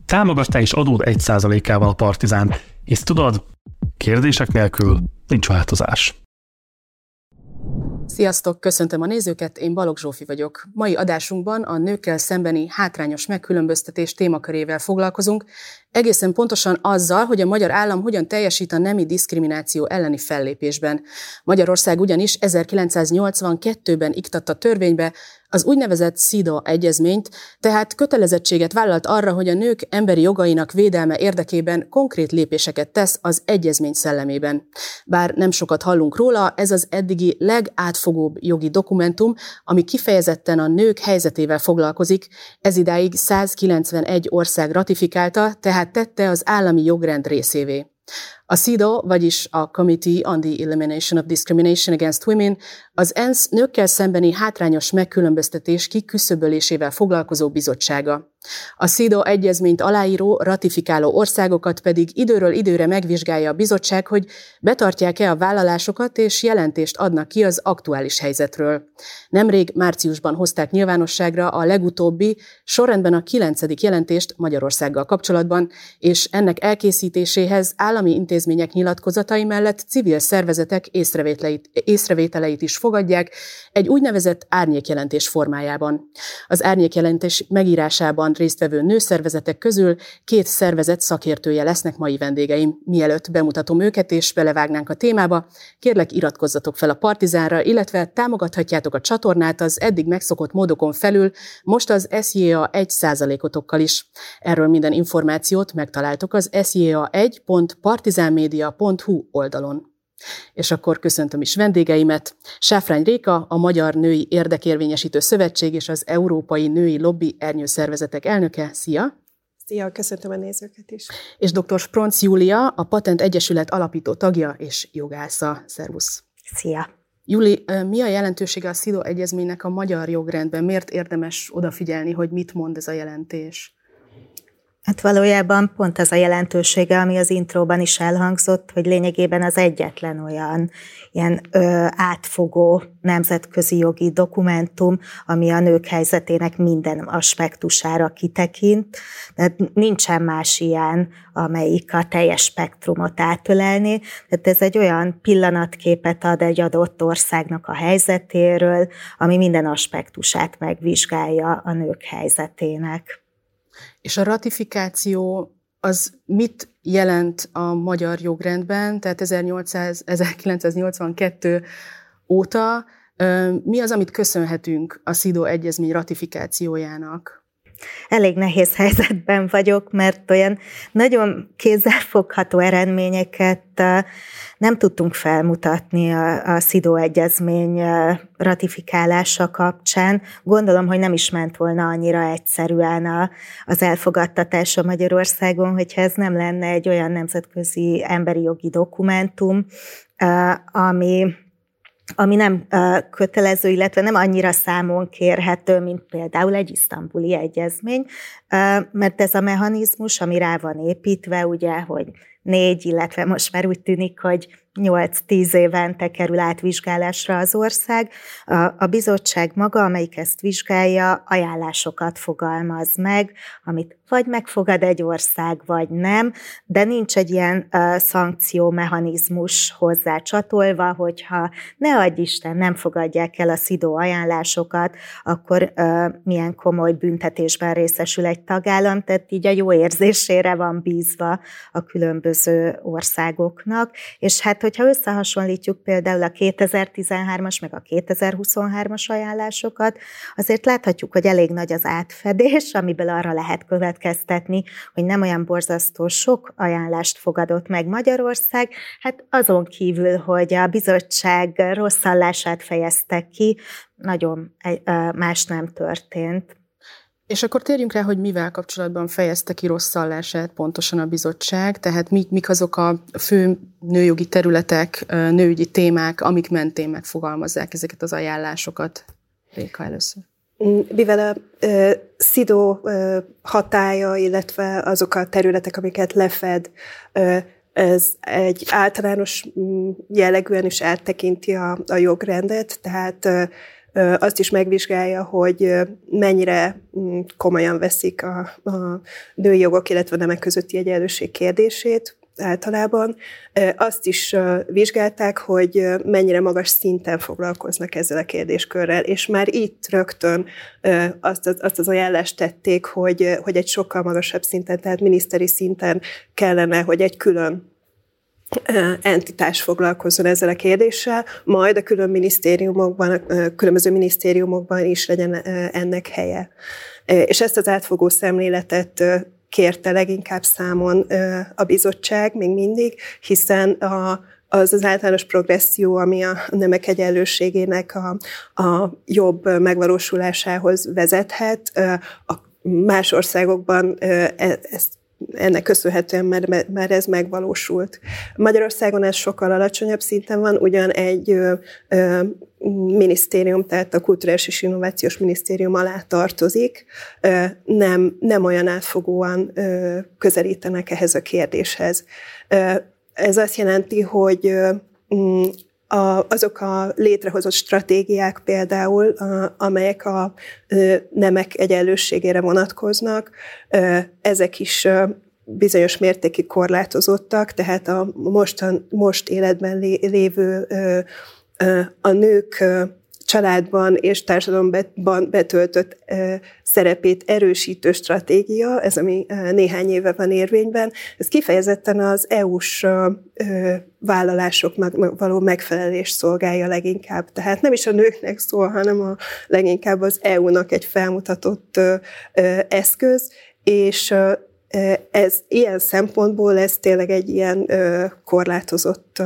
Támogass te is adód 1%-ával a Partizánt, és tudod, kérdések nélkül nincs változás. Sziasztok, köszöntöm a nézőket, én Balogh Zsófi vagyok. Mai adásunkban a nőkkel szembeni hátrányos megkülönböztetés témakörével foglalkozunk, egészen pontosan azzal, hogy a magyar állam hogyan teljesít a nemi diszkrimináció elleni fellépésben. Magyarország ugyanis 1982-ben iktatta törvénybe az úgynevezett CEDAW egyezményt, tehát kötelezettséget vállalt arra, hogy a nők emberi jogainak védelme érdekében konkrét lépéseket tesz az egyezmény szellemében. Bár nem sokat hallunk róla, ez az eddigi legátfogóbb jogi dokumentum, ami kifejezetten a nők helyzetével foglalkozik, ezidáig 191 ország ratifikálta, tehát tette az állami jogrend részévé. A CEDAW, vagyis a Committee on the Elimination of Discrimination Against Women, az ENSZ nőkkel szembeni hátrányos megkülönböztetés kiküszöbölésével foglalkozó bizottsága. A CEDAW egyezményt aláíró, ratifikáló országokat pedig időről időre megvizsgálja a bizottság, hogy betartják-e a vállalásokat és jelentést adnak ki az aktuális helyzetről. Nemrég márciusban hozták nyilvánosságra a legutóbbi, sorrendben a 9. jelentést Magyarországgal kapcsolatban, és ennek elkészítéséhez állami intézmények nyilatkozatai mellett civil szervezetek észrevételeit is fogadják egy úgynevezett árnyékjelentés formájában. Az árnyékjelentés megírásában résztvevő nőszervezetek közül 2 szervezet szakértője lesznek mai vendégeim. Mielőtt bemutatom őket és belevágnánk a témába, kérlek iratkozzatok fel a Partizánra, illetve támogathatjátok a csatornát az eddig megszokott módokon felül, most az SJA 1%-otokkal is. Erről minden információt megtaláltok az sja1.partizanmedia.hu oldalon. És akkor köszöntöm is vendégeimet. Sáfrány Réka, a Magyar Női Érdekérvényesítő Szövetség és az Európai Női Lobby ernyőszervezetek elnöke. Szia! Szia, köszöntöm a nézőket is. És dr. Spronc Júlia, a Patent Egyesület alapító tagja és jogásza. Szervusz! Szia! Júli, mi a jelentősége a CEDAW egyezménynek a magyar jogrendben? Miért érdemes odafigyelni, hogy mit mond ez a jelentés? Hát valójában pont az a jelentősége, ami az intróban is elhangzott, hogy lényegében az egyetlen olyan ilyen átfogó nemzetközi jogi dokumentum, ami a nők helyzetének minden aspektusára kitekint. Tehát nincsen más ilyen, amelyik a teljes spektrumot átölelni. Tehát ez egy olyan pillanatképet ad egy adott országnak a helyzetéről, ami minden aspektusát megvizsgálja a nők helyzetének. És a ratifikáció az mit jelent a magyar jogrendben, tehát 1982 óta? Mi az, amit köszönhetünk a CEDAW egyezmény ratifikációjának? Elég nehéz helyzetben vagyok, mert olyan nagyon kézzelfogható eredményeket nem tudtunk felmutatni a CEDAW egyezmény ratifikálása kapcsán. Gondolom, hogy nem is ment volna annyira egyszerűen az elfogadtatása Magyarországon, hogyha ez nem lenne egy olyan nemzetközi emberi jogi dokumentum, ami nem kötelező, illetve nem annyira számon kérhető, mint például egy isztambuli egyezmény, mert ez a mechanizmus, ami rá van építve, ugye, hogy 4, illetve most már úgy tűnik, hogy 8-10 évente kerül átvizsgálásra az ország. A bizottság maga, amelyik ezt vizsgálja, ajánlásokat fogalmaz meg, amit vagy megfogad egy ország, vagy nem, de nincs egy ilyen szankciómechanizmus hozzá csatolva, hogyha ne adj Isten, nem fogadják el a CEDAW ajánlásokat, akkor milyen komoly büntetésben részesül egy tagállam, tehát így a jó érzésére van bízva a különböző országoknak, és hát hogyha összehasonlítjuk például a 2013-as meg a 2023-as ajánlásokat, azért láthatjuk, hogy elég nagy az átfedés, amiből arra lehet következtetni, hogy nem olyan borzasztó sok ajánlást fogadott meg Magyarország, hát azon kívül, hogy a bizottság rosszallását fejezte ki, nagyon más nem történt. És akkor térjünk rá, hogy mivel kapcsolatban fejezte ki rosszallását pontosan a bizottság, tehát mik azok a fő nőjogi területek, nőügyi témák, amik mentén megfogalmazzák ezeket az ajánlásokat. Réka először. Mivel a CEDAW hatálya, illetve azok a területek, amiket lefed, ez egy általános jellegűen is áttekinti a jogrendet, tehát azt is megvizsgálja, hogy mennyire komolyan veszik a női jogok, illetve a nemek közötti egyenlőség kérdését általában. Azt is vizsgálták, hogy mennyire magas szinten foglalkoznak ezzel a kérdéskörrel, és már itt rögtön azt az ajánlást tették, hogy egy sokkal magasabb szinten, tehát miniszteri szinten kellene, hogy egy külön entitás foglalkozzon ezzel a kérdéssel, majd a különböző minisztériumokban is legyen ennek helye. És ezt az átfogó szemléletet kérte leginkább számon a bizottság még mindig, hiszen az általános progresszió, ami a nemek egyenlőségének a jobb megvalósulásához vezethet, a más országokban ennek köszönhetően már ez megvalósult. Magyarországon ez sokkal alacsonyabb szinten van, ugyan egy minisztérium, tehát a Kulturális és Innovációs Minisztérium alá tartozik, nem olyan átfogóan közelítenek ehhez a kérdéshez. Ez azt jelenti, hogy azok a létrehozott stratégiák például, amelyek a nemek egyenlőségére vonatkoznak, ezek is bizonyos mértékig korlátozottak, tehát a most életben lévő a nők családban és társadalomban betöltött szerepét erősítő stratégia, ez ami néhány éve van érvényben, ez kifejezetten az EU-s vállalásoknak való megfelelést szolgálja leginkább. Tehát nem is a nőknek szól, hanem leginkább az EU-nak egy felmutatott eszköz, és ez ilyen szempontból ez tényleg egy ilyen korlátozott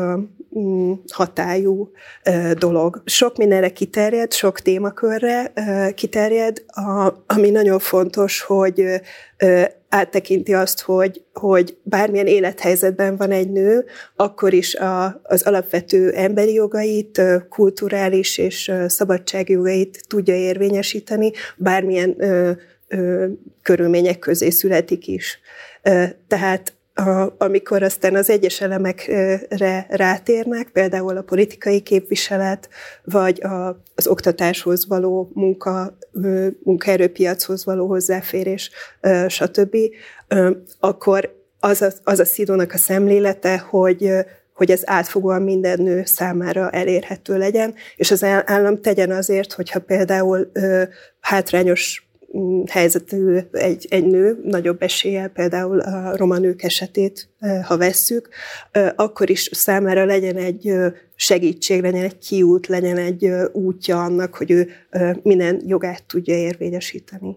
hatályú dolog. Sok mindenre kiterjed, sok témakörre kiterjed, ami nagyon fontos, hogy áttekinti azt, hogy bármilyen élethelyzetben van egy nő, akkor is az alapvető emberi jogait, kulturális és szabadságjogait tudja érvényesíteni, bármilyen körülmények közé születik is. Tehát amikor aztán az egyes elemekre rátérnek, például a politikai képviselet, vagy az oktatáshoz való munkaerőpiachoz való hozzáférés, stb., akkor az a SZIDO-nak a szemlélete, hogy ez átfogóan minden nő számára elérhető legyen, és az állam tegyen azért, hogyha például hátrányos helyzetű egy nő, nagyobb eséllyel, például a roma nők esetét, ha vesszük, akkor is számára legyen egy segítség, legyen egy kiút, legyen egy útja annak, hogy ő minden jogát tudja érvényesíteni.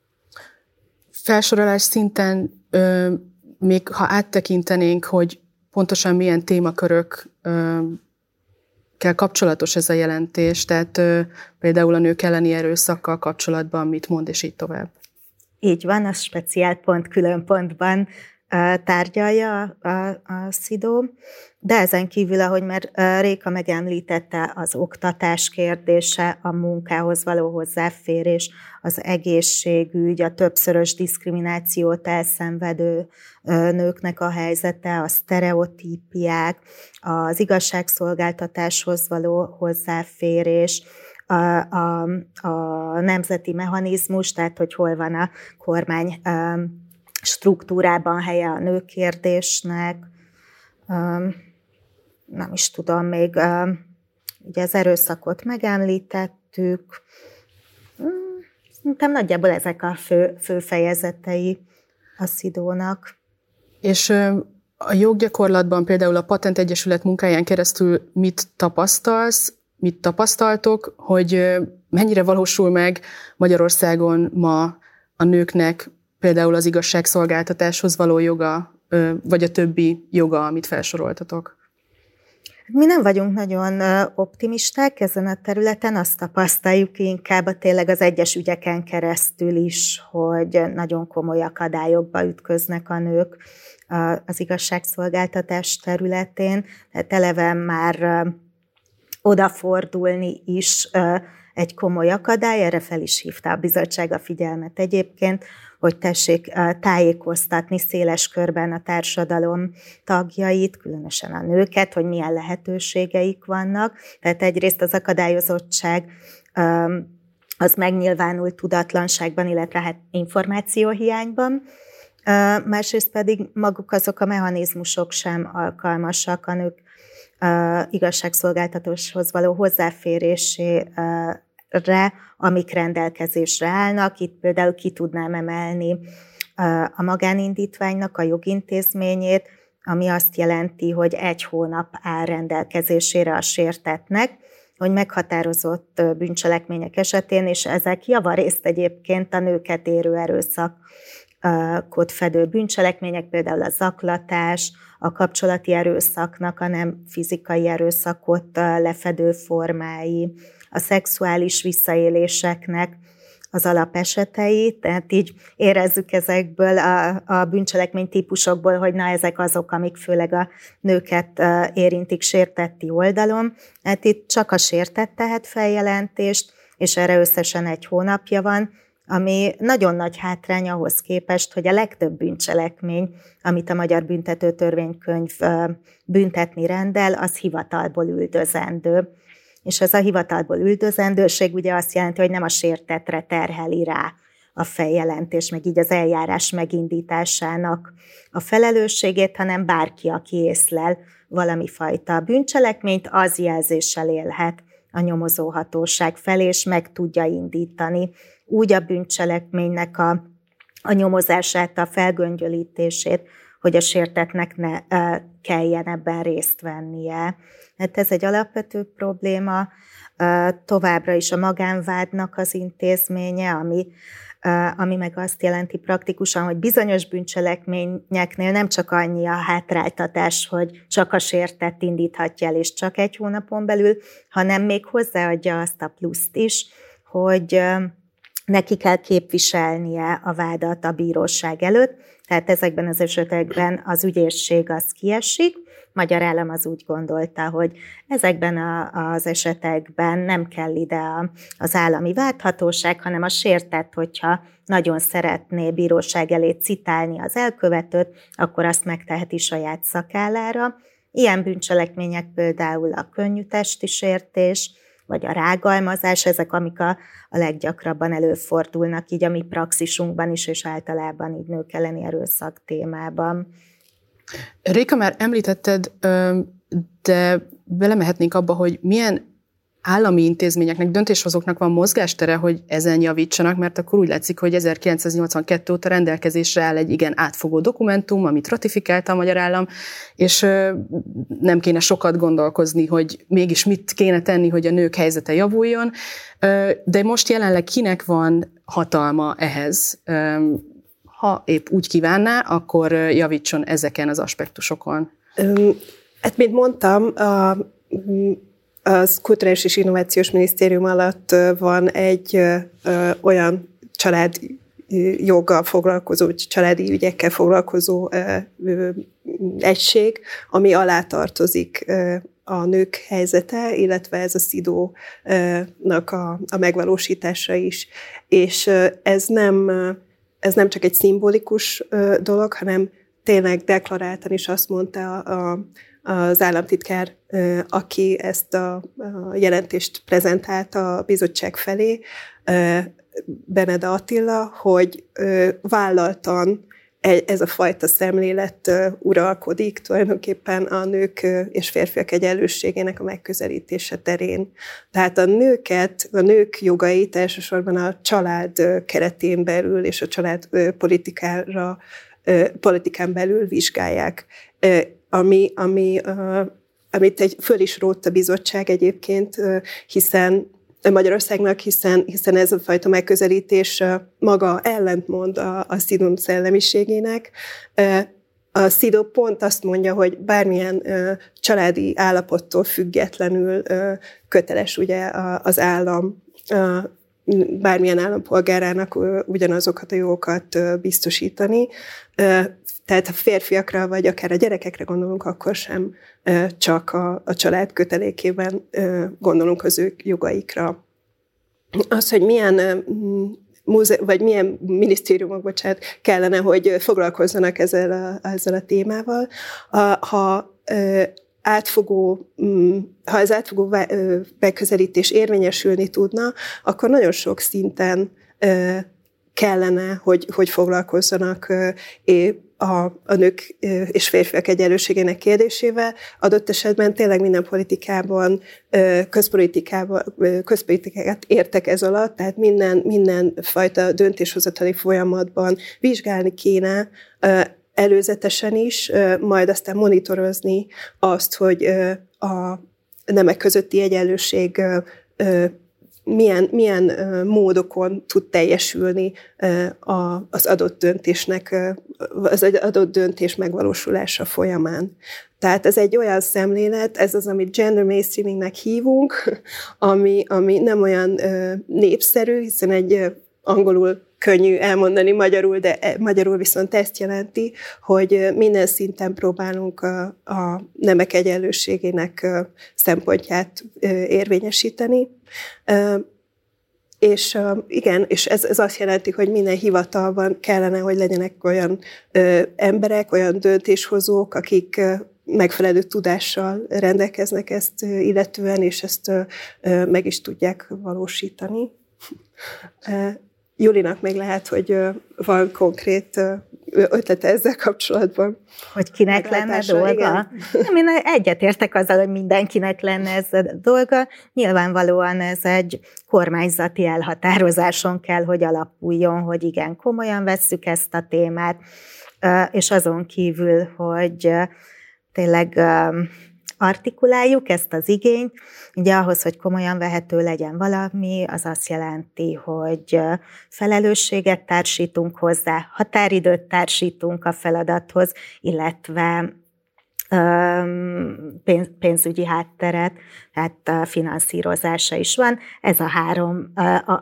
Felsorolás szinten még ha áttekintenénk, hogy pontosan milyen témakörök kell kapcsolatos ez a jelentés, tehát például a nők elleni erőszakkal kapcsolatban mit mond, és így tovább. Így van, a speciál pont külön pontban tárgyalja a SZIDO, de ezen kívül, ahogy már Réka megemlítette, az oktatás kérdése, a munkához való hozzáférés, az egészségügy, a többszörös diszkriminációt elszenvedő nőknek a helyzete, a sztereotípiák, az igazságszolgáltatáshoz való hozzáférés, a nemzeti mechanizmus, tehát hogy hol van a kormány struktúrában helye a nőkérdésnek, nem is tudom, még ugye az erőszakot megemlítettük. Szerintem nagyjából ezek a fő fejezetei a SZIDO-nak. És a joggyakorlatban például a Patent Egyesület munkáján keresztül mit tapasztaltok, hogy mennyire valósul meg Magyarországon ma a nőknek például az igazságszolgáltatáshoz való joga, vagy a többi joga, amit felsoroltatok? Mi nem vagyunk nagyon optimisták ezen a területen, azt tapasztaljuk inkább tényleg az egyes ügyeken keresztül is, hogy nagyon komoly akadályokba ütköznek a nők az igazságszolgáltatás területén. Tehát eleve már odafordulni is egy komoly akadály, erre fel is hívta a bizottság a figyelmet egyébként, hogy tessék tájékoztatni széles körben a társadalom tagjait, különösen a nőket, hogy milyen lehetőségeik vannak. Tehát egyrészt az akadályozottság az megnyilvánul tudatlanságban, illetve hát információhiányban. Másrészt pedig maguk azok a mechanizmusok sem alkalmasak a nők igazságszolgáltatáshoz való hozzáférésére, amik rendelkezésre állnak. Itt például ki tudnám emelni a magánindítványnak a jogintézményét, ami azt jelenti, hogy 1 hónap áll rendelkezésére a sértettnek, hogy meghatározott bűncselekmények esetén, és ezek javarészt egyébként a nőket érő erőszakot fedő bűncselekmények, például a zaklatás, a kapcsolati erőszaknak a nem fizikai erőszakot lefedő formái, a szexuális visszaéléseknek az alapesetei, tehát így érezzük ezekből a bűncselekmény típusokból, hogy na ezek azok, amik főleg a nőket érintik sértetti oldalon. Hát itt csak a sértett tehet feljelentést, és erre összesen 1 hónapja van, ami nagyon nagy hátrány ahhoz képest, hogy a legtöbb bűncselekmény, amit a Magyar Büntetőtörvénykönyv büntetni rendel, az hivatalból üldözendő. És ez a hivatalból üldözendőség ugye azt jelenti, hogy nem a sértettre terheli rá a feljelentés, meg így az eljárás megindításának a felelősségét, hanem bárki, aki észlel valami fajta bűncselekményt, az jelzéssel élhet a nyomozóhatóság felé, és meg tudja indítani úgy a bűncselekménynek a nyomozását, a felgöngyölítését, hogy a sértettnek ne kelljen ebben részt vennie. Hát ez egy alapvető probléma, továbbra is a magánvádnak az intézménye, ami meg azt jelenti praktikusan, hogy bizonyos bűncselekményeknél nem csak annyi a hátráltatás, hogy csak a sértett indíthatja el, és csak 1 hónapon belül, hanem még hozzáadja azt a pluszt is, hogy neki kell képviselnie a vádat a bíróság előtt, tehát ezekben az esetekben az ügyészség az kiesik. Magyar állam az úgy gondolta, hogy ezekben az esetekben nem kell ide az állami vádhatóság, hanem a sértett, hogyha nagyon szeretné bíróság elé citálni az elkövetőt, akkor azt megteheti saját szakállára. Ilyen bűncselekmények például a könnyű testi sértés, vagy a rágalmazás, ezek, amik a leggyakrabban előfordulnak így a mi praxisunkban is, és általában így nők elleni erőszak témában. Réka, már említetted, de belemehetnénk abba, hogy milyen állami intézményeknek, döntéshozóknak van mozgástere, hogy ezen javítsanak, mert akkor úgy látszik, hogy 1982 óta rendelkezésre áll egy igen átfogó dokumentum, amit ratifikálta a magyar állam, és nem kéne sokat gondolkozni, hogy mégis mit kéne tenni, hogy a nők helyzete javuljon, de most jelenleg kinek van hatalma ehhez? Ha épp úgy kívánná, akkor javítson ezeken az aspektusokon. Hát, mint mondtam, az Kulturális és Innovációs Minisztérium alatt van egy olyan családjoggal foglalkozó, családi ügyekkel foglalkozó egység, ami alá tartozik a nők helyzete, illetve ez a SZIDO-nak a megvalósítása is. És ez nem csak egy szimbolikus dolog, hanem tényleg deklaráltan is azt mondta az államtitkár, aki ezt a jelentést prezentálta a bizottság felé, Beneda Attila, hogy vállaltan ez a fajta szemlélet uralkodik tulajdonképpen a nők és férfiak egyenlőségének a megközelítése terén. Tehát a nők jogait elsősorban a család keretén belül és a család politikán belül vizsgálják, amit föl is rótt a bizottság egyébként, hiszen Magyarországnak, hiszen ez a fajta megközelítés maga ellentmond a SZIDO szellemiségének. A SZIDO pont azt mondja, hogy bármilyen családi állapottól függetlenül köteles ugye az állam bármilyen állampolgárának ugyanazokat a jogokat biztosítani. Tehát ha férfiakra, vagy akár a gyerekekre gondolunk, akkor sem csak a család kötelékében gondolunk az ők jogaikra. Az, hogy milyen milyen minisztériumok, kellene, hogy foglalkozzanak ezzel a témával. Ha átfogó megközelítés érvényesülni tudna, akkor nagyon sok szinten kellene, hogy foglalkozzanak a nők és férfiak egyenlőségének kérdésével. Adott esetben tényleg minden politikában, közpolitikát értek ez alatt, tehát minden fajta döntéshozatali folyamatban vizsgálni kéne előzetesen is, majd aztán monitorozni azt, hogy a nemek közötti egyenlőség milyen módokon tud teljesülni az adott döntésnek, az adott döntés megvalósulása folyamán. Tehát ez egy olyan szemlélet, ez az, amit gender mainstreamingnek hívunk, ami nem olyan népszerű, hiszen egy angolul könnyű elmondani magyarul, de magyarul viszont ezt jelenti, hogy minden szinten próbálunk a nemek egyenlőségének szempontját érvényesíteni. És igen, és ez azt jelenti, hogy minden hivatalban kellene, hogy legyenek olyan emberek, olyan döntéshozók, akik megfelelő tudással rendelkeznek ezt illetően, és ezt meg is tudják valósítani. Julinak még lehet, hogy van konkrét ötlete ezzel kapcsolatban. Hogy kinek lenne dolga? Én egyetértek azzal, hogy mindenkinek lenne ez a dolga. Nyilvánvalóan ez egy kormányzati elhatározáson kell, hogy alapuljon, hogy igen, komolyan vesszük ezt a témát, és azon kívül, hogy tényleg artikuláljuk ezt az igényt. Ugye ahhoz, hogy komolyan vehető legyen valami, az azt jelenti, hogy felelősséget társítunk hozzá, határidőt társítunk a feladathoz, illetve pénzügyi hátteret, tehát finanszírozása is van. Ez a három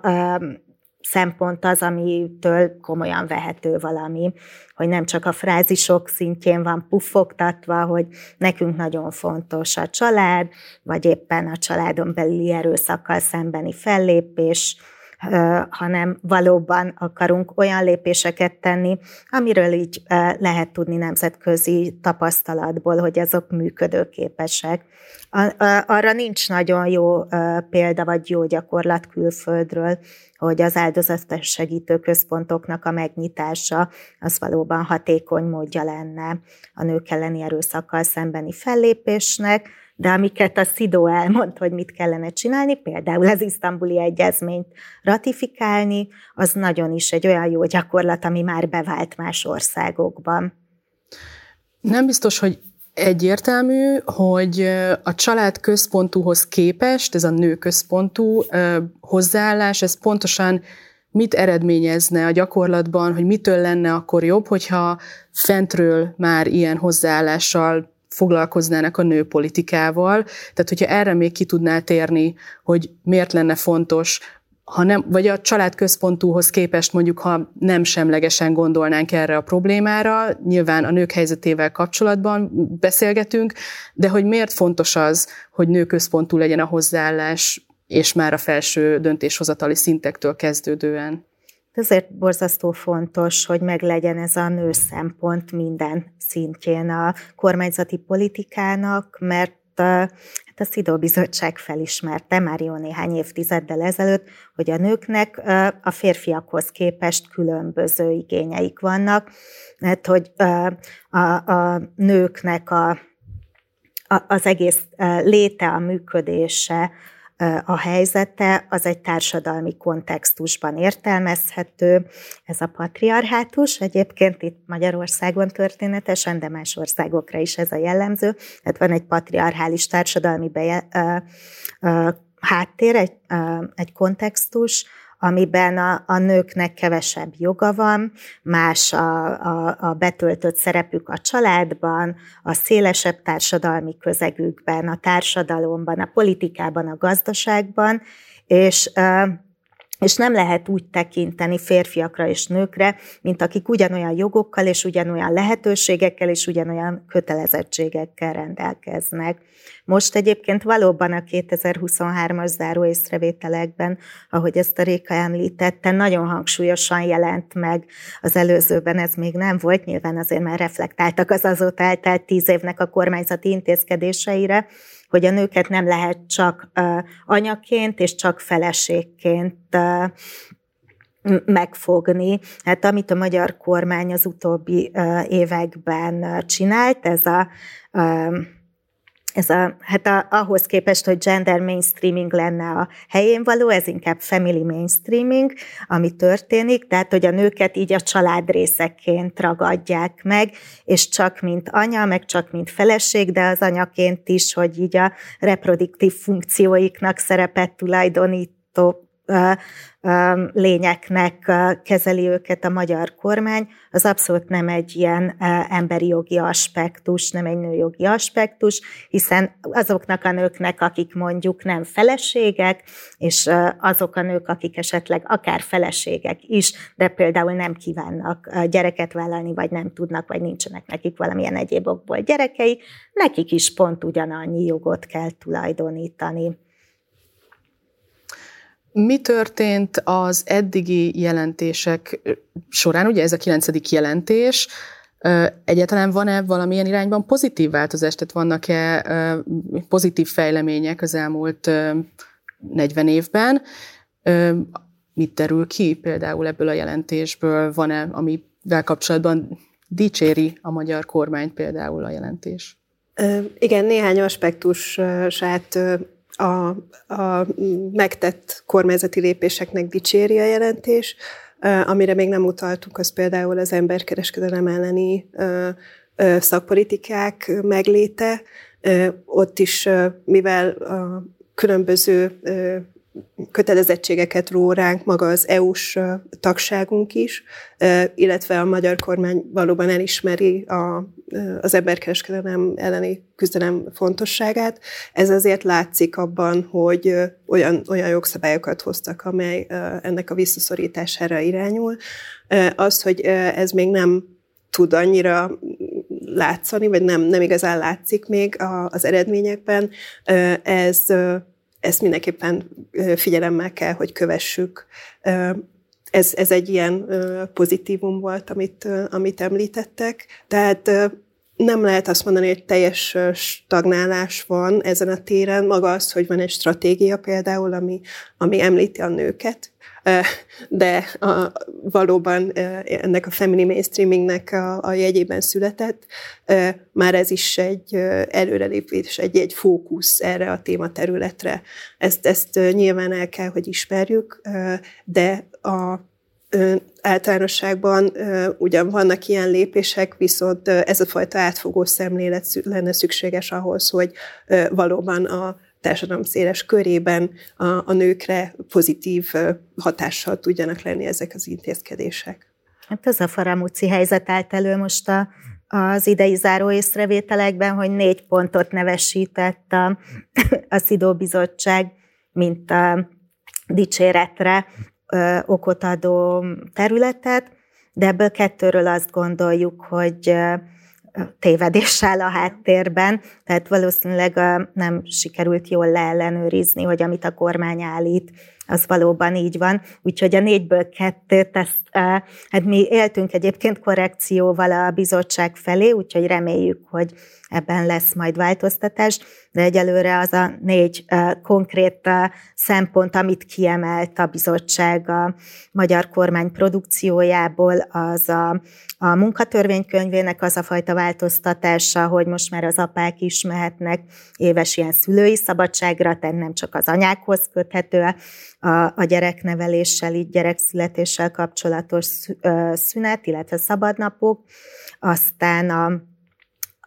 szempont az, amitől komolyan vehető valami, hogy nem csak a frázisok szintjén van puffogtatva, hogy nekünk nagyon fontos a család, vagy éppen a családon belüli erőszakkal szembeni fellépés, hanem valóban akarunk olyan lépéseket tenni, amiről így lehet tudni nemzetközi tapasztalatból, hogy azok működőképesek. Arra nincs nagyon jó példa, vagy jó gyakorlat külföldről, hogy az áldozatos segítő központoknak a megnyitása az valóban hatékony módja lenne a nők elleni erőszakkal szembeni fellépésnek, de amiket a CEDAW elmond, hogy mit kellene csinálni, például az isztambuli egyezményt ratifikálni, az nagyon is egy olyan jó gyakorlat, ami már bevált más országokban. Nem biztos, hogy egyértelmű, hogy a család központúhoz képest, ez a nő központú hozzáállás, ez pontosan mit eredményezne a gyakorlatban, hogy mitől lenne akkor jobb, hogyha fentről már ilyen hozzáállással foglalkoznának a nőpolitikával. Tehát, hogyha erre még ki tudnál térni, hogy miért lenne fontos, ha nem, vagy a családközpontúhoz képest mondjuk, ha nem semlegesen gondolnánk erre a problémára, nyilván a nők helyzetével kapcsolatban beszélgetünk, de hogy miért fontos az, hogy nőközpontú legyen a hozzáállás, és már a felső döntéshozatali szintektől kezdődően. Ezért borzasztó fontos, hogy meglegyen ez a nő szempont minden szintjén a kormányzati politikának, mert a CEDAW bizottság felismerte már jó néhány évtizeddel ezelőtt, hogy a nőknek a férfiakhoz képest különböző igényeik vannak, mert hogy a nőknek az egész léte, a működése, a helyzete, az egy társadalmi kontextusban értelmezhető. Ez a patriarhátus, egyébként itt Magyarországon történetesen, de más országokra is ez a jellemző. Tehát van egy patriarchális társadalmi háttér, egy kontextus, amiben a nőknek kevesebb joga van, más a betöltött szerepük a családban, a szélesebb társadalmi közegükben, a társadalomban, a politikában, a gazdaságban, és és nem lehet úgy tekinteni férfiakra és nőkre, mint akik ugyanolyan jogokkal és ugyanolyan lehetőségekkel és ugyanolyan kötelezettségekkel rendelkeznek. Most egyébként valóban a 2023-as záró észrevételekben, ahogy ezt a Réka említette, nagyon hangsúlyosan jelent meg, az előzőben ez még nem volt, nyilván azért már reflektáltak az azóta eltelt 10 évnek a kormányzati intézkedéseire, hogy a nőket nem lehet csak anyaként és csak feleségként megfogni. Hát amit a magyar kormány az utóbbi években csinált, ahhoz képest, hogy gender mainstreaming lenne a helyén való, ez inkább family mainstreaming, ami történik, tehát hogy a nőket így a családrészekként ragadják meg, és csak mint anya, meg csak mint feleség, de az anyaként is, hogy így a reproduktív funkcióiknak szerepet tulajdonító lényeknek kezeli őket a magyar kormány, az abszolút nem egy ilyen emberi jogi aspektus, nem egy nőjogi aspektus, hiszen azoknak a nőknek, akik mondjuk nem feleségek, és azok a nők, akik esetleg akár feleségek is, de például nem kívánnak gyereket vállalni, vagy nem tudnak, vagy nincsenek nekik valamilyen egyéb okból gyerekei, nekik is pont ugyanannyi jogot kell tulajdonítani. Mi történt az eddigi jelentések során? Ugye ez a 9. jelentés. Egyáltalán van-e valamilyen irányban pozitív változás? Tehát vannak-e pozitív fejlemények az elmúlt 40 évben? Mit derül ki például ebből a jelentésből? Van-e, amivel kapcsolatban dicséri a magyar kormány például a jelentés? Igen, néhány aspektusát a megtett kormányzati lépéseknek dicséri a jelentés. Amire még nem utaltunk, az például az emberkereskedelem elleni szakpolitikák megléte. Ott is, mivel a különböző kötelezettségeket ró ránk maga az EU-s tagságunk is, illetve a magyar kormány valóban elismeri az emberkereskedelem elleni küzdelem fontosságát. Ez azért látszik abban, hogy olyan jogszabályokat hoztak, amely ennek a visszaszorítására irányul. Az, hogy ez még nem tud annyira látszani, vagy nem igazán látszik még az eredményekben, ezt mindenképpen figyelemmel kell, hogy kövessük. Ez egy ilyen pozitívum volt, amit említettek. Tehát nem lehet azt mondani, hogy teljes stagnálás van ezen a téren. Maga az, hogy van egy stratégia például, ami említi a nőket, de valóban ennek a family mainstreamingnek a jegyében született. Már ez is egy előrelépés, egy fókusz erre a tématerületre. Ezt nyilván el kell, hogy ismerjük, de általánosságban ugyan vannak ilyen lépések, viszont ez a fajta átfogó szemlélet lenne szükséges ahhoz, hogy valóban a társadalom széles körében a nőkre pozitív hatással tudjanak lenni ezek az intézkedések. Hát ez a faramúci helyzet állt elő most az idei záró észrevételekben, hogy 4 pontot nevesített a SZIDO bizottság, mint a dicséretre okot adó területet, de ebből 2-ről azt gondoljuk, hogy tévedés áll a háttérben, tehát valószínűleg nem sikerült jól leellenőrizni, hogy amit a kormány állít, az valóban így van. Úgyhogy a 4-ből 2-t, hát mi éltünk egyébként korrekcióval a bizottság felé, úgyhogy reméljük, hogy ebben lesz majd változtatás, de egyelőre az a 4 konkrét szempont, amit kiemelt a bizottság a magyar kormány produkciójából, az a munkatörvénykönyvének az a fajta változtatása, hogy most már az apák is mehetnek éves ilyen szülői szabadságra, tehát nem csak az anyákhoz köthető a gyerekneveléssel, így gyerekszületéssel kapcsolatos szünet, illetve szabadnapok. Aztán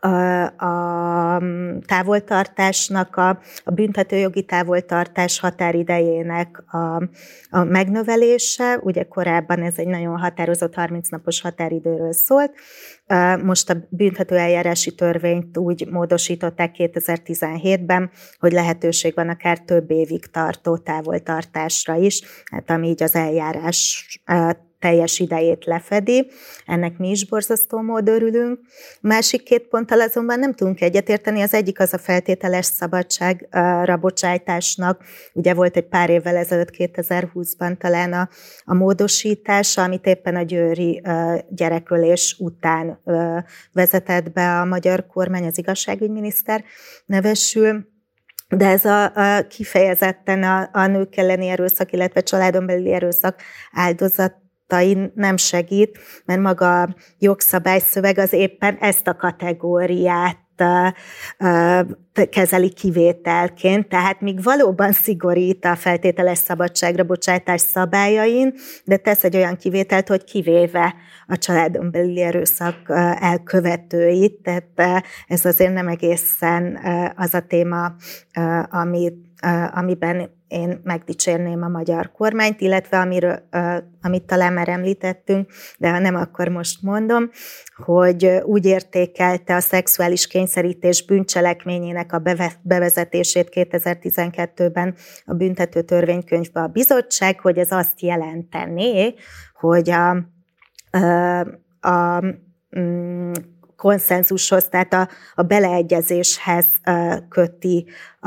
a távoltartásnak, a büntetőjogi távoltartás határidejének a megnövelése. Ugye korábban ez egy nagyon határozott 30 napos határidőről szólt. Most a büntetőeljárási törvényt úgy módosították 2017-ben, hogy lehetőség van akár több évig tartó távoltartásra is, hát ami így az eljárás teljes idejét lefedi. Ennek mi is borzasztó mód örülünk. Másik két ponttal azonban nem tudunk egyetérteni. Az egyik az a feltételes szabadságra bocsájtásnak. Ugye volt egy pár évvel ezelőtt, 2020-ban talán a módosítása, amit éppen a győri gyerekölés után vezetett be a magyar kormány, az igazságügyminiszter nevesül. De ez a kifejezetten a nők elleni erőszak, illetve családon belüli erőszak áldozatain nem segít, mert maga a jogszabályszöveg az éppen ezt a kategóriát kezeli kivételként, tehát míg valóban szigorít a feltételes szabadságra bocsátás szabályain, de tesz egy olyan kivételt, hogy kivéve a családon belüli erőszak elkövetőit, tehát ez azért nem egészen az a téma, amiben én megdicsérném a magyar kormányt, illetve amit talán már említettünk, de ha nem, akkor most mondom, hogy úgy értékelte a szexuális kényszerítés bűncselekményének a bevezetését 2012-ben a büntető törvénykönyvbe a bizottság, hogy ez azt jelentené, hogy a konszenzushoz, tehát a beleegyezéshez köti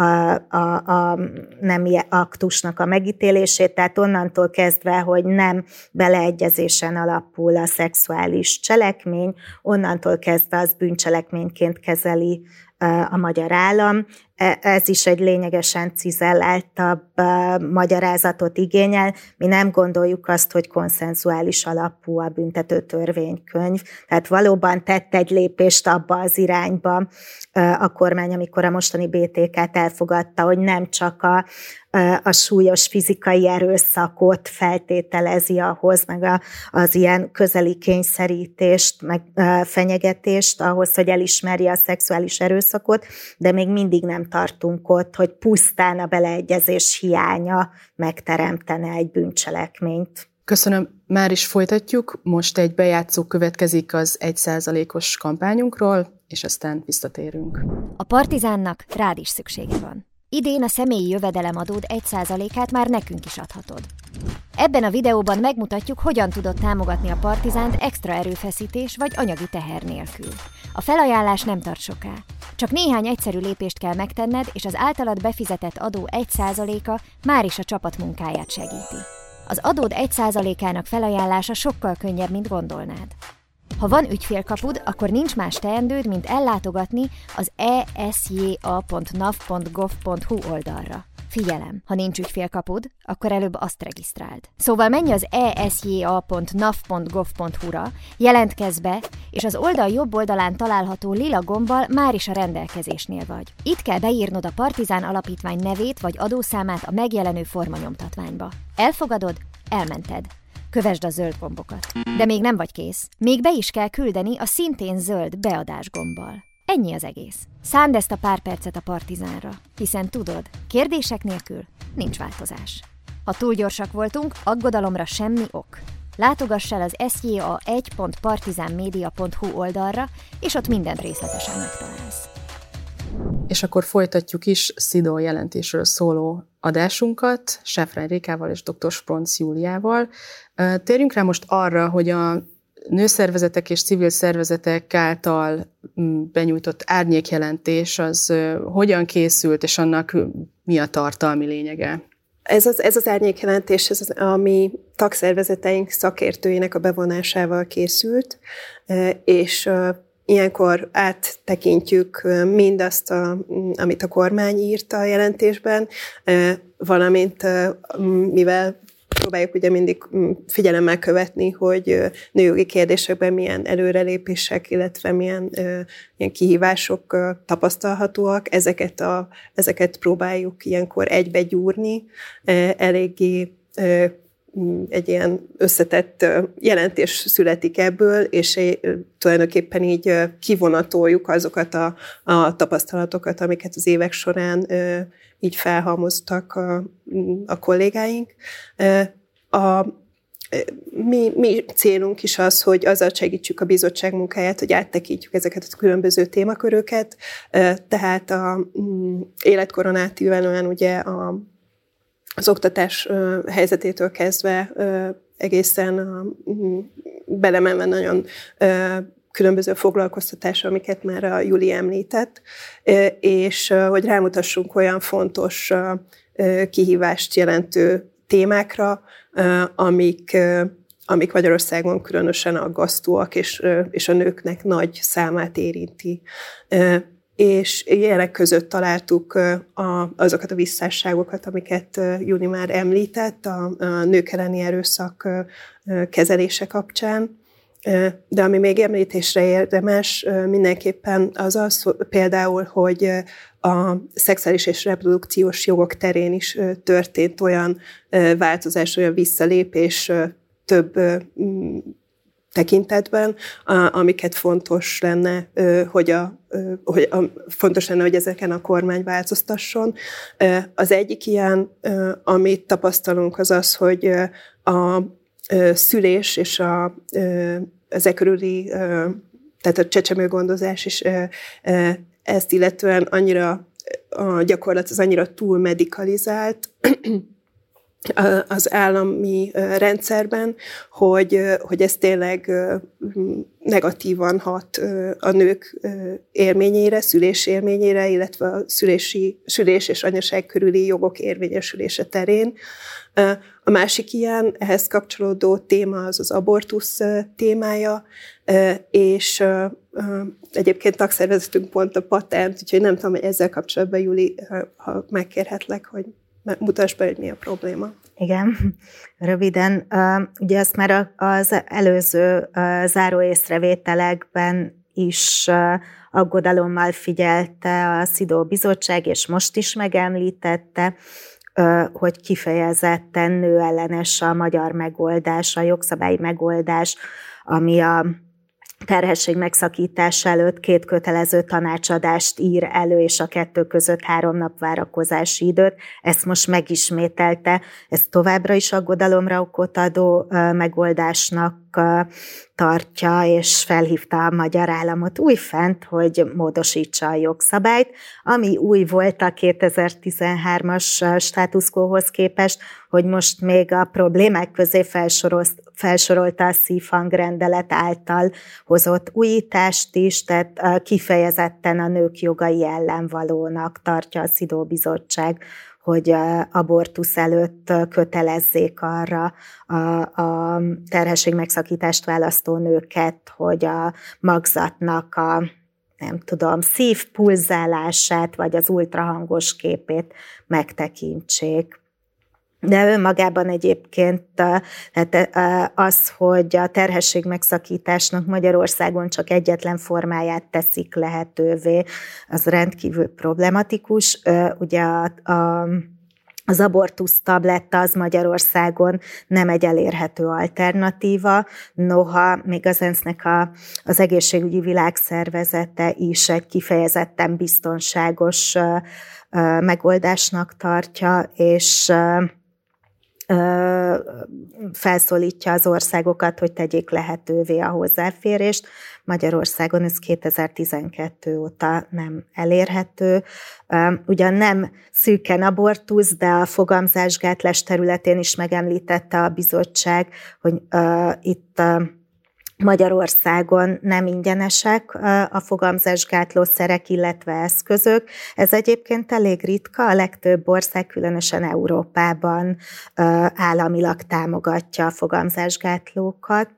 a nemi aktusnak a megítélését, tehát onnantól kezdve, hogy nem beleegyezésen alapul a szexuális cselekmény, onnantól kezdve az bűncselekményként kezeli a magyar állam. Ez is egy lényegesen cizelláltabb magyarázatot igényel. Mi nem gondoljuk azt, hogy konszenzuális alapú a büntető törvénykönyv. Tehát valóban tett egy lépést abba az irányba a kormány, amikor a mostani BTK-t elfogadta, hogy nem csak a súlyos fizikai erőszakot feltételezi ahhoz, meg az ilyen közeli kényszerítést, meg fenyegetést ahhoz, hogy elismerje a szexuális erőszakot, de még mindig nem tartunk ott, hogy pusztán a beleegyezés hiánya megteremtene egy bűncselekményt. Köszönöm, már is folytatjuk. Most egy bejátszó következik az 1%-os kampányunkról, és aztán visszatérünk. A Partizánnak rád is szüksége van. Idén a személyi jövedelemadód 1%-át már nekünk is adhatod. Ebben a videóban megmutatjuk, hogyan tudod támogatni a Partizánt extra erőfeszítés vagy anyagi teher nélkül. A felajánlás nem tart soká. Csak néhány egyszerű lépést kell megtenned, és az általad befizetett adó 1%-a már is a csapat munkáját segíti. Az adód 1%-ának felajánlása sokkal könnyebb, mint gondolnád. Ha van ügyfélkapud, akkor nincs más teendőd, mint ellátogatni az esja.nav.gov.hu oldalra. Figyelem, ha nincs ügyfélkapud, akkor előbb azt regisztráld. Szóval menj az esja.nav.gov.hu-ra, jelentkezz be, és az oldal jobb oldalán található lila gombbal már is a rendelkezésnél vagy. Itt kell beírnod a Partizán Alapítvány nevét vagy adószámát a megjelenő formanyomtatványba. Elfogadod? Elmented. Kövesd a zöld gombokat. De még nem vagy kész. Még be is kell küldeni a szintén zöld beadás gombbal. Ennyi az egész. Szánd ezt a pár percet a Partizánra, hiszen tudod, kérdések nélkül nincs változás. Ha túl gyorsak voltunk, aggodalomra semmi ok. Látogass el az sja1.partizanmedia.hu oldalra, és ott mindent részletesen megtalálsz. És akkor folytatjuk is SZIDO jelentésről szóló adásunkat Sáfrány Rékával és dr. Spronc Júliával. Térjünk rá most arra, hogy a nőszervezetek és civil szervezetek által benyújtott árnyékjelentés az hogyan készült, és annak mi a tartalmi lényege? Ez az árnyékjelentés, a mi tagszervezeteink szakértőinek a bevonásával készült, és ilyenkor áttekintjük mindazt, amit a kormány írt a jelentésben, valamint mivel próbáljuk ugye mindig figyelemmel követni, hogy nőjogi kérdésekben milyen előrelépések, illetve milyen kihívások tapasztalhatóak, ezeket próbáljuk ilyenkor egybegyúrni, eléggé egy ilyen összetett jelentés születik ebből, és tulajdonképpen így kivonatoljuk azokat a tapasztalatokat, amiket az évek során így felhalmoztak a kollégáink. Mi célunk is az, hogy azzal segítsük a bizottság munkáját, hogy áttekintjük ezeket a különböző témaköröket, tehát az életkoron átívelően ugye az oktatás helyzetétől kezdve egészen belemenve nagyon különböző foglalkoztatásra, amiket már a Júli említett, és hogy rámutassunk olyan fontos kihívást jelentő témákra, amik Magyarországon különösen aggasztóak, és a nőknek nagy számát érinti. És ilyenek között találtuk azokat a visszásságokat, amiket Júli már említett a nők elleni erőszak kezelése kapcsán. De ami még említésre érdemes, mindenképpen az például, hogy a szexuális és reprodukciós jogok terén is történt olyan változás, olyan visszalépés több tekintetben, amiket fontos lenne, hogy ezeken a kormány változtasson. Az egyik ilyen, amit tapasztalunk, az, hogy a szülés és az e körüli, tehát a csecsemőgondozás is ezt illetően annyira, a gyakorlat az annyira túl medikalizált az állami rendszerben, hogy ez tényleg negatívan hat a nők élményére, szülés élményére, illetve a szülés és anyaság körüli jogok érvényesülése terén. A másik ilyen, ehhez kapcsolódó téma az abortusz témája, és egyébként tagszervezetünk pont a patent, úgyhogy nem tudom, hogy ezzel kapcsolatban, Júli, ha megkérhetlek, hogy mutass be, hogy mi a probléma. Igen, röviden. Ugye azt már az előző záró észrevételekben is aggodalommal figyelte a SZIDO bizottság, és most is megemlítette, hogy kifejezetten nőellenes a magyar megoldás, a jogszabályi megoldás, ami a terhesség megszakítása előtt 2 kötelező tanácsadást ír elő, és a 2 között 3 nap várakozási időt. Ezt most megismételte. Ez továbbra is aggodalomra okot adó megoldásnak tartja, és felhívta a magyar államot újfent, hogy módosítsa a jogszabályt, ami új volt a 2013-as státuszkóhoz képest, hogy most még a problémák közé felsorolta a szívhang rendelet által hozott újítást is, tehát kifejezetten a nők jogai ellen valónak tartja a SZIDO bizottság, hogy abortusz előtt kötelezzék arra a terhesség megszakítást választó nőket, hogy a magzatnak a szívpulzálását, vagy az ultrahangos képét megtekintsék. De önmagában egyébként az, hogy a terhesség megszakításnak Magyarországon csak egyetlen formáját teszik lehetővé, az rendkívül problematikus. Ugye az abortusz tabletta az Magyarországon nem egy elérhető alternatíva, noha még az ENSZ-nek az Egészségügyi Világszervezete is egy kifejezetten biztonságos megoldásnak tartja, és felszólítja az országokat, hogy tegyék lehetővé a hozzáférést. Magyarországon ez 2012 óta nem elérhető. Ugyan nem szűken abortusz, de a fogamzásgátlás területén is megemlítette a bizottság, hogy itt Magyarországon nem ingyenesek a fogamzásgátlószerek, illetve eszközök. Ez egyébként elég ritka, a legtöbb ország, különösen Európában államilag támogatja a fogamzásgátlókat,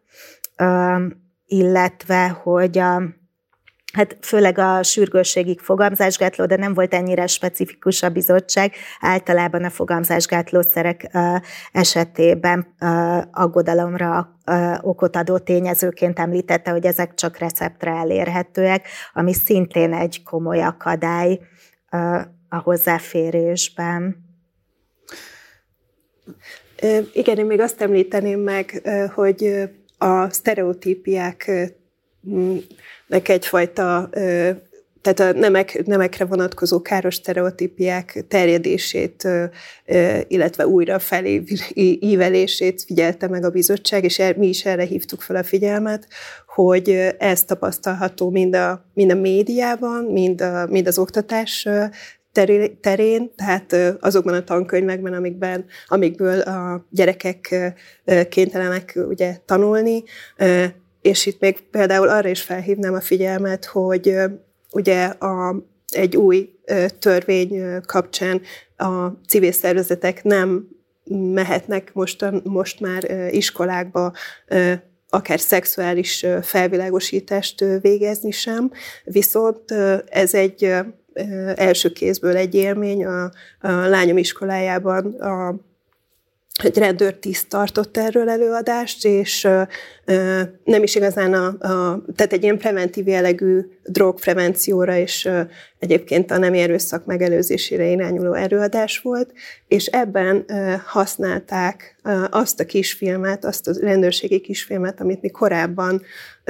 illetve hogy hát főleg a sürgősségig fogamzásgátló, de nem volt ennyire specifikus a bizottság. Általában a fogamzásgátlószerek esetében aggodalomra okot adó tényezőként említette, hogy ezek csak receptre elérhetőek, ami szintén egy komoly akadály a hozzáférésben. Igen, én még azt említeném meg, hogy a sztereotípiáknek egyfajta, tehát a nemekre vonatkozó káros sztereotípiák terjedését, illetve újra felé ívelését figyelte meg a bizottság, és mi is erre hívtuk fel a figyelmet, hogy ez tapasztalható mind a médiában, mind az oktatás terén, tehát azokban a tankönyvekben, amikből a gyerekek kénytelenek ugye tanulni, és itt még például arra is felhívnám a figyelmet, hogy ugye egy új törvény kapcsán a civil szervezetek nem mehetnek most már iskolákba akár szexuális felvilágosítást végezni sem, viszont ez egy első kézből egy élmény. A lányom iskolájában egy rendőrtiszt tartott erről előadást, és nem is igazán tehát egy ilyen preventív jellegű drogprevencióra és egyébként a nemi erőszak megelőzésére irányuló előadás volt, és ebben használták azt a kisfilmet, azt a rendőrségi kisfilmet, amit mi korábban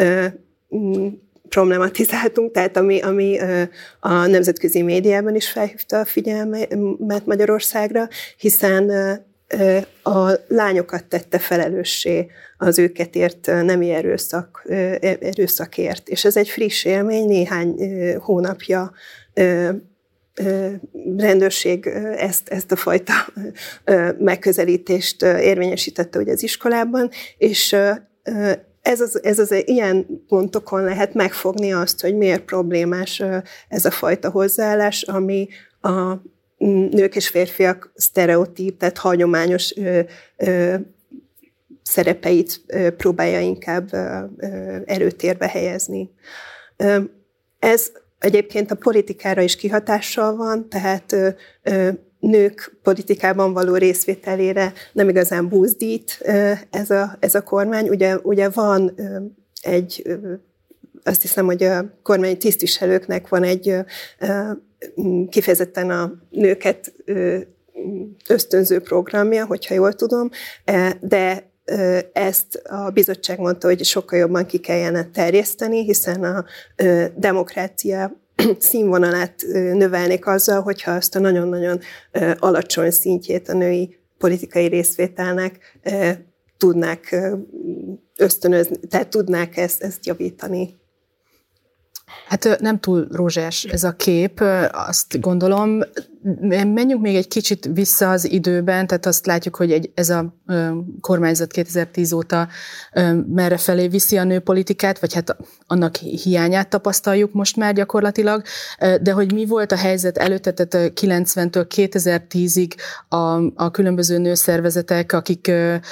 problematizáltunk, tehát ami a nemzetközi médiában is felhívta a figyelmet Magyarországra, hiszen a lányokat tette felelőssé az őket ért nemi erőszakért. És ez egy friss élmény, néhány hónapja rendőrség ezt a fajta megközelítést érvényesítette ugye az iskolában, és ez az ilyen pontokon lehet megfogni azt, hogy miért problémás ez a fajta hozzáállás, ami a nők és férfiak sztereotíp, tehát hagyományos szerepeit próbálja inkább erőtérbe helyezni. Ez egyébként a politikára is kihatással van, tehát nők politikában való részvételére nem igazán buzdít ez a kormány. Ugye van azt hiszem, hogy a kormány tisztviselőknek van egy kifejezetten a nőket ösztönző programja, hogyha jól tudom, de ezt a bizottság mondta, hogy sokkal jobban ki kellene terjeszteni, hiszen a demokrácia színvonalát növelnék azzal, hogyha azt a nagyon-nagyon alacsony szintjét a női politikai részvételnek tudnák ösztönözni, tehát tudnák ezt javítani. Hát nem túl rózsás ez a kép, azt gondolom. Menjünk még egy kicsit vissza az időben, tehát azt látjuk, hogy ez a kormányzat 2010 óta merre felé viszi a nőpolitikát, vagy hát annak hiányát tapasztaljuk most már gyakorlatilag, de hogy mi volt a helyzet előtte, tehát 90-től 2010-ig a különböző nőszervezetek, akik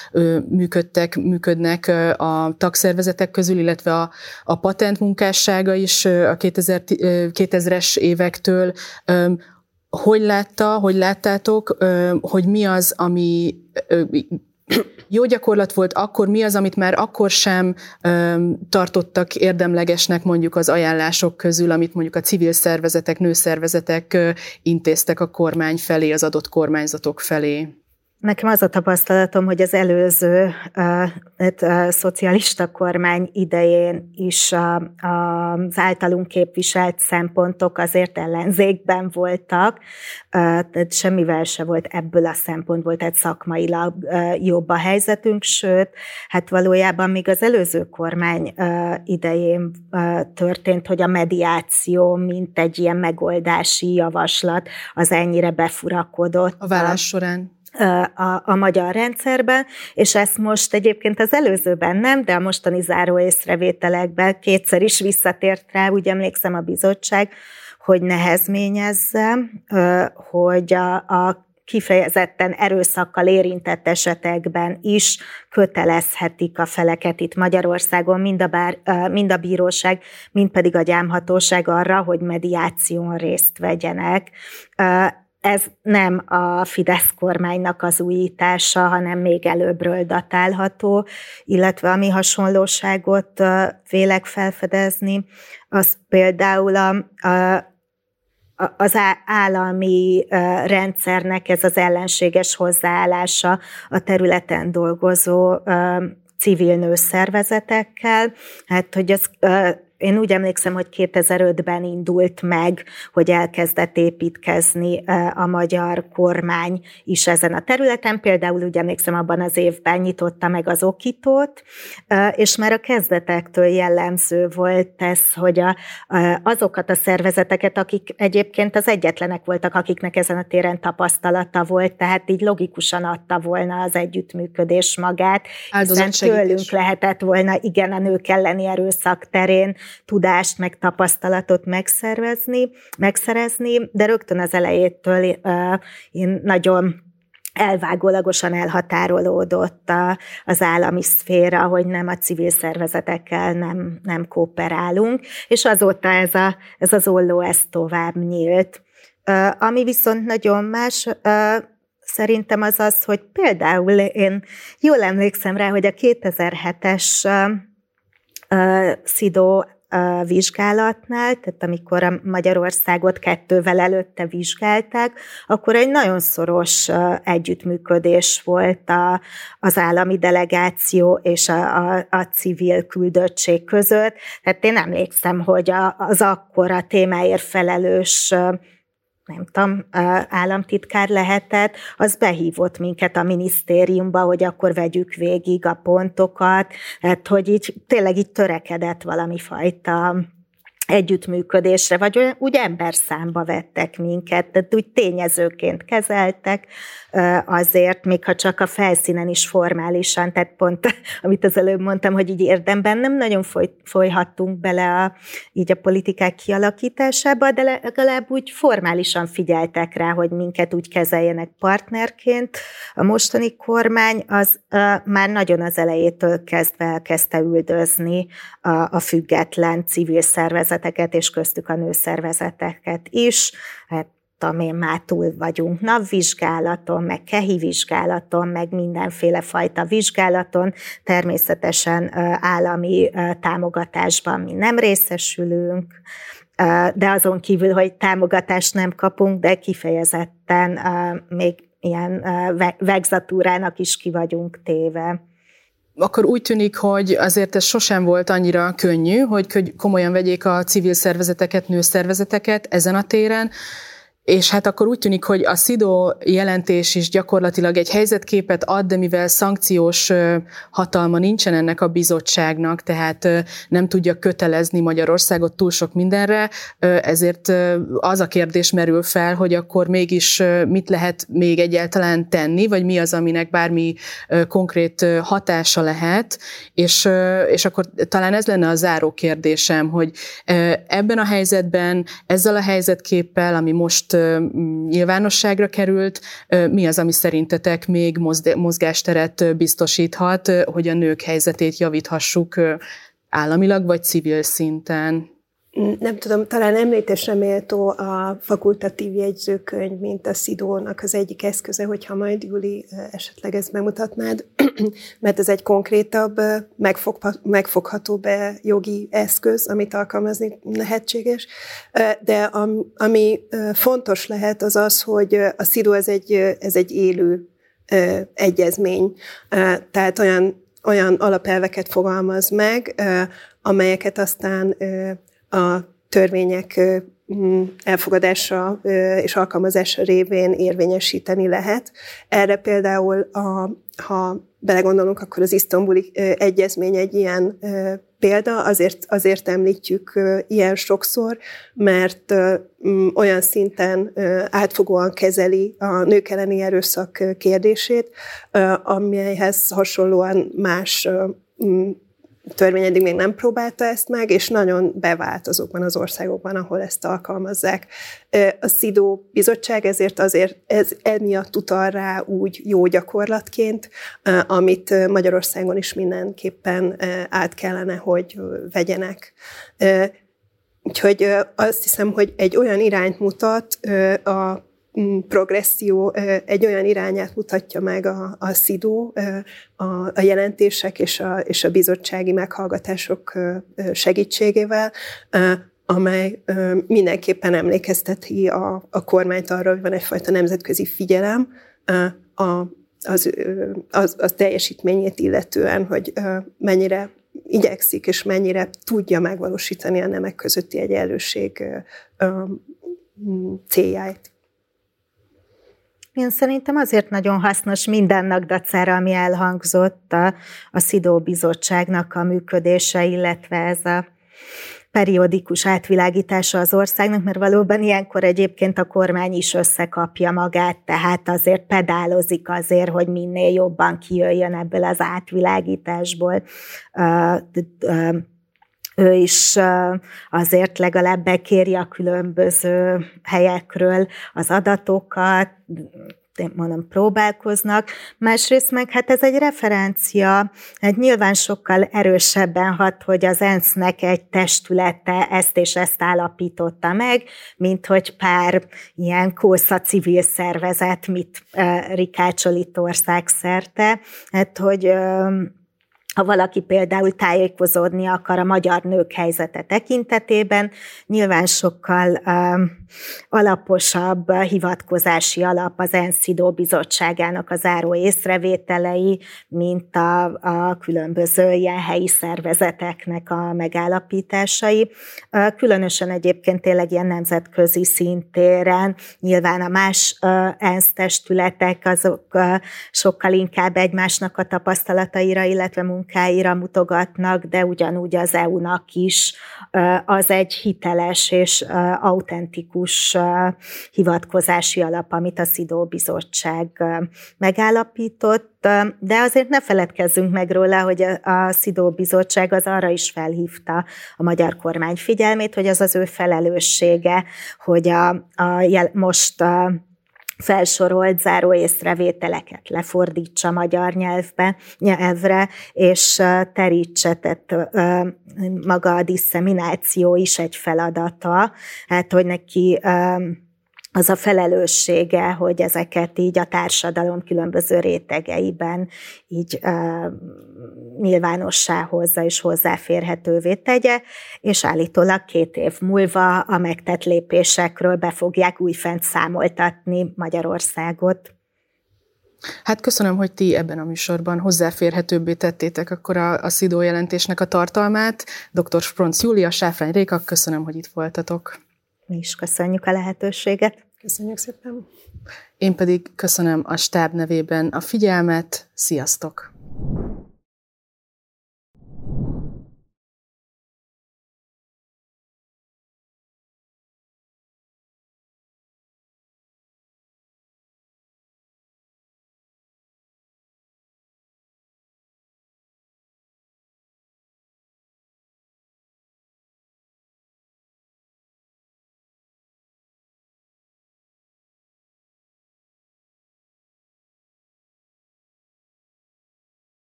működnek a tagszervezetek közül, illetve a patent munkássága is a 2000-es évektől. Hogy láttátok, hogy mi az, ami jó gyakorlat volt akkor, mi az, amit már akkor sem tartottak érdemlegesnek mondjuk az ajánlások közül, amit mondjuk a civil szervezetek, nőszervezetek intéztek a kormány felé, az adott kormányzatok felé? Nekem az a tapasztalatom, hogy az előző szocialista kormány idején is az általunk képviselt szempontok azért ellenzékben voltak, tehát semmivel se volt ebből a szempontból, tehát szakmailag jobb a helyzetünk, sőt, hát valójában még az előző kormány idején történt, hogy a mediáció, mint egy ilyen megoldási javaslat, az ennyire befurakodott. A válasz során. A magyar rendszerben, és ezt most egyébként az előzőben nem, de a mostani záró észrevételekben kétszer is visszatért rá, úgy emlékszem a bizottság, hogy nehezményezze, hogy a kifejezetten erőszakkal érintett esetekben is kötelezhetik a feleket itt Magyarországon, mind a bíróság, mind pedig a gyámhatóság arra, hogy mediáción részt vegyenek. Ez nem a Fidesz kormánynak az újítása, hanem még előbbről datálható, illetve ami hasonlóságot vélek felfedezni, az például az állami rendszernek ez az ellenséges hozzáállása a területen dolgozó civil nőszervezetekkel. Hát, hogy az én úgy emlékszem, hogy 2005-ben indult meg, hogy elkezdett építkezni a magyar kormány is ezen a területen. Például úgy emlékszem, abban az évben nyitotta meg az Okitót, és már a kezdetektől jellemző volt ez, hogy azokat a szervezeteket, akik egyébként az egyetlenek voltak, akiknek ezen a téren tapasztalata volt, tehát így logikusan adta volna az együttműködés magát, hiszen tőlünk lehetett volna igen a nők elleni erőszak terén tudást, meg tapasztalatot megszerezni, de rögtön az elejétől én nagyon elvágólagosan elhatárolódott az állami szféra, hogy nem a civil szervezetekkel nem kooperálunk, és azóta ez az olló tovább nyílt. Ami viszont nagyon más, szerintem az, hogy például én jól emlékszem rá, hogy a 2007-es SZIDO vizsgálatnál, tehát amikor Magyarországot 2-vel előtte vizsgálták, akkor egy nagyon szoros együttműködés volt az állami delegáció és a civil küldöttség között. Tehát én emlékszem, hogy az akkor a témáért felelős nem tudom, államtitkár lehetett, az behívott minket a minisztériumba, hogy akkor vegyük végig a pontokat, hát, hogy így tényleg így törekedett valami fajta együttműködésre, vagy úgy emberszámba vettek minket, tehát úgy tényezőként kezeltek azért, még ha csak a felszínen is formálisan, tehát pont, amit az előbb mondtam, hogy így érdemben nem nagyon folyhattunk bele így a politikák kialakításába, de legalább úgy formálisan figyeltek rá, hogy minket úgy kezeljenek partnerként. A mostani kormány az már nagyon az elejétől kezdve elkezdte üldözni a független civil szervezeteket, és köztük a nőszervezeteket is. Hát én már túl vagyunk napvizsgálaton, meg KEHI vizsgálaton, meg mindenféle fajta vizsgálaton. Természetesen állami támogatásban mi nem részesülünk, de azon kívül, hogy támogatást nem kapunk, de kifejezetten még ilyen vegzatúrának is ki vagyunk téve. Akkor úgy tűnik, hogy azért ez sosem volt annyira könnyű, hogy komolyan vegyék a civil szervezeteket, nőszervezeteket ezen a téren, és hát akkor úgy tűnik, hogy a SZIDO jelentés is gyakorlatilag egy helyzetképet ad, de mivel szankciós hatalma nincsen ennek a bizottságnak, tehát nem tudja kötelezni Magyarországot túl sok mindenre, ezért az a kérdés merül fel, hogy akkor mégis mit lehet még egyáltalán tenni, vagy mi az, aminek bármi konkrét hatása lehet, és akkor talán ez lenne a záró kérdésem, hogy ebben a helyzetben, ezzel a helyzetképpel, ami most nyilvánosságra került, mi az, ami szerintetek még mozgásteret biztosíthat, hogy a nők helyzetét javíthassuk államilag vagy civil szinten? Nem tudom, talán említésre méltó a fakultatív jegyzőkönyv, mint a SZIDO-nak az egyik eszköze, hogyha majd Júli esetleg ezt bemutatnád, mert ez egy konkrétabb, megfoghatóbb jogi eszköz, amit alkalmazni lehetséges. De ami fontos lehet, az az, hogy a SZIDO ez egy élő egyezmény, tehát olyan alapelveket fogalmaz meg, amelyeket aztán a törvények elfogadása és alkalmazása révén érvényesíteni lehet. Erre például, ha belegondolunk, akkor az isztambuli egyezmény egy ilyen példa, azért említjük ilyen sokszor, mert olyan szinten átfogóan kezeli a nők elleni erőszak kérdését, amelyhez hasonlóan más törvény eddig még nem próbálta ezt meg, és nagyon bevált azokban az országokban, ahol ezt alkalmazzák. A SZIDO bizottság ezért ez emiatt utal rá úgy jó gyakorlatként, amit Magyarországon is mindenképpen át kellene, hogy vegyenek. Úgyhogy azt hiszem, hogy egy olyan irányt mutat a progresszió, egy olyan irányát mutatja meg a SZIDO, a jelentések és a bizottsági meghallgatások segítségével, amely mindenképpen emlékezteti a kormányt arra, hogy van egyfajta nemzetközi figyelem az teljesítményét illetően, hogy mennyire igyekszik, és mennyire tudja megvalósítani a nemek közötti egyenlőség céljait. Én szerintem azért nagyon hasznos mindennek dacára, ami elhangzott a SZIDO bizottságnak a működése, illetve ez a periódikus átvilágítása az országnak, mert valóban ilyenkor egyébként a kormány is összekapja magát, tehát azért pedálozik azért, hogy minél jobban kijöjjön ebből az átvilágításból. Ő is azért legalább bekéri a különböző helyekről az adatokat, mondom, próbálkoznak. Másrészt meg hát ez egy referencia, hát nyilván sokkal erősebben hat, hogy az ENSZ-nek egy testülete ezt és ezt állapította meg, mint hogy pár ilyen kósza civil szervezet mit rikácsol itt országszerte. Hát, hogy ha valaki például tájékozódni akar a magyar nők helyzete tekintetében, nyilván sokkal alaposabb hivatkozási alap az ENSZ SZIDO bizottságának a záró észrevételei, mint a különböző ilyen helyi szervezeteknek a megállapításai. Különösen egyébként tényleg ilyen nemzetközi szintéren, nyilván a más ENSZ testületek azok sokkal inkább egymásnak a tapasztalataira, illetve munkáira mutogatnak, de ugyanúgy az EU-nak is az egy hiteles és autentikus hivatkozási alap, amit a SZIDO bizottság megállapított, de azért ne feledkezzünk meg róla, hogy a SZIDO bizottság az arra is felhívta a magyar kormány figyelmét, hogy az az ő felelőssége, hogy most felsorolt záró észrevételeket lefordítsa magyar nyelvre, és terítse, tehát maga a disszemináció is egy feladata, hát hogy neki az a felelőssége, hogy ezeket így a társadalom különböző rétegeiben így nyilvánossá hozza és hozzáférhetővé tegye, és állítólag 2 év múlva a megtett lépésekről be fogják újfent számoltatni Magyarországot. Hát köszönöm, hogy ti ebben a műsorban hozzáférhetőbbé tettétek akkor a SZIDO jelentésnek a tartalmát. Dr. Spronc Júlia, Sáfrány Réka, köszönöm, hogy itt voltatok. Mi is köszönjük a lehetőséget. Köszönjük szépen. Én pedig köszönöm a stáb nevében a figyelmet. Sziasztok!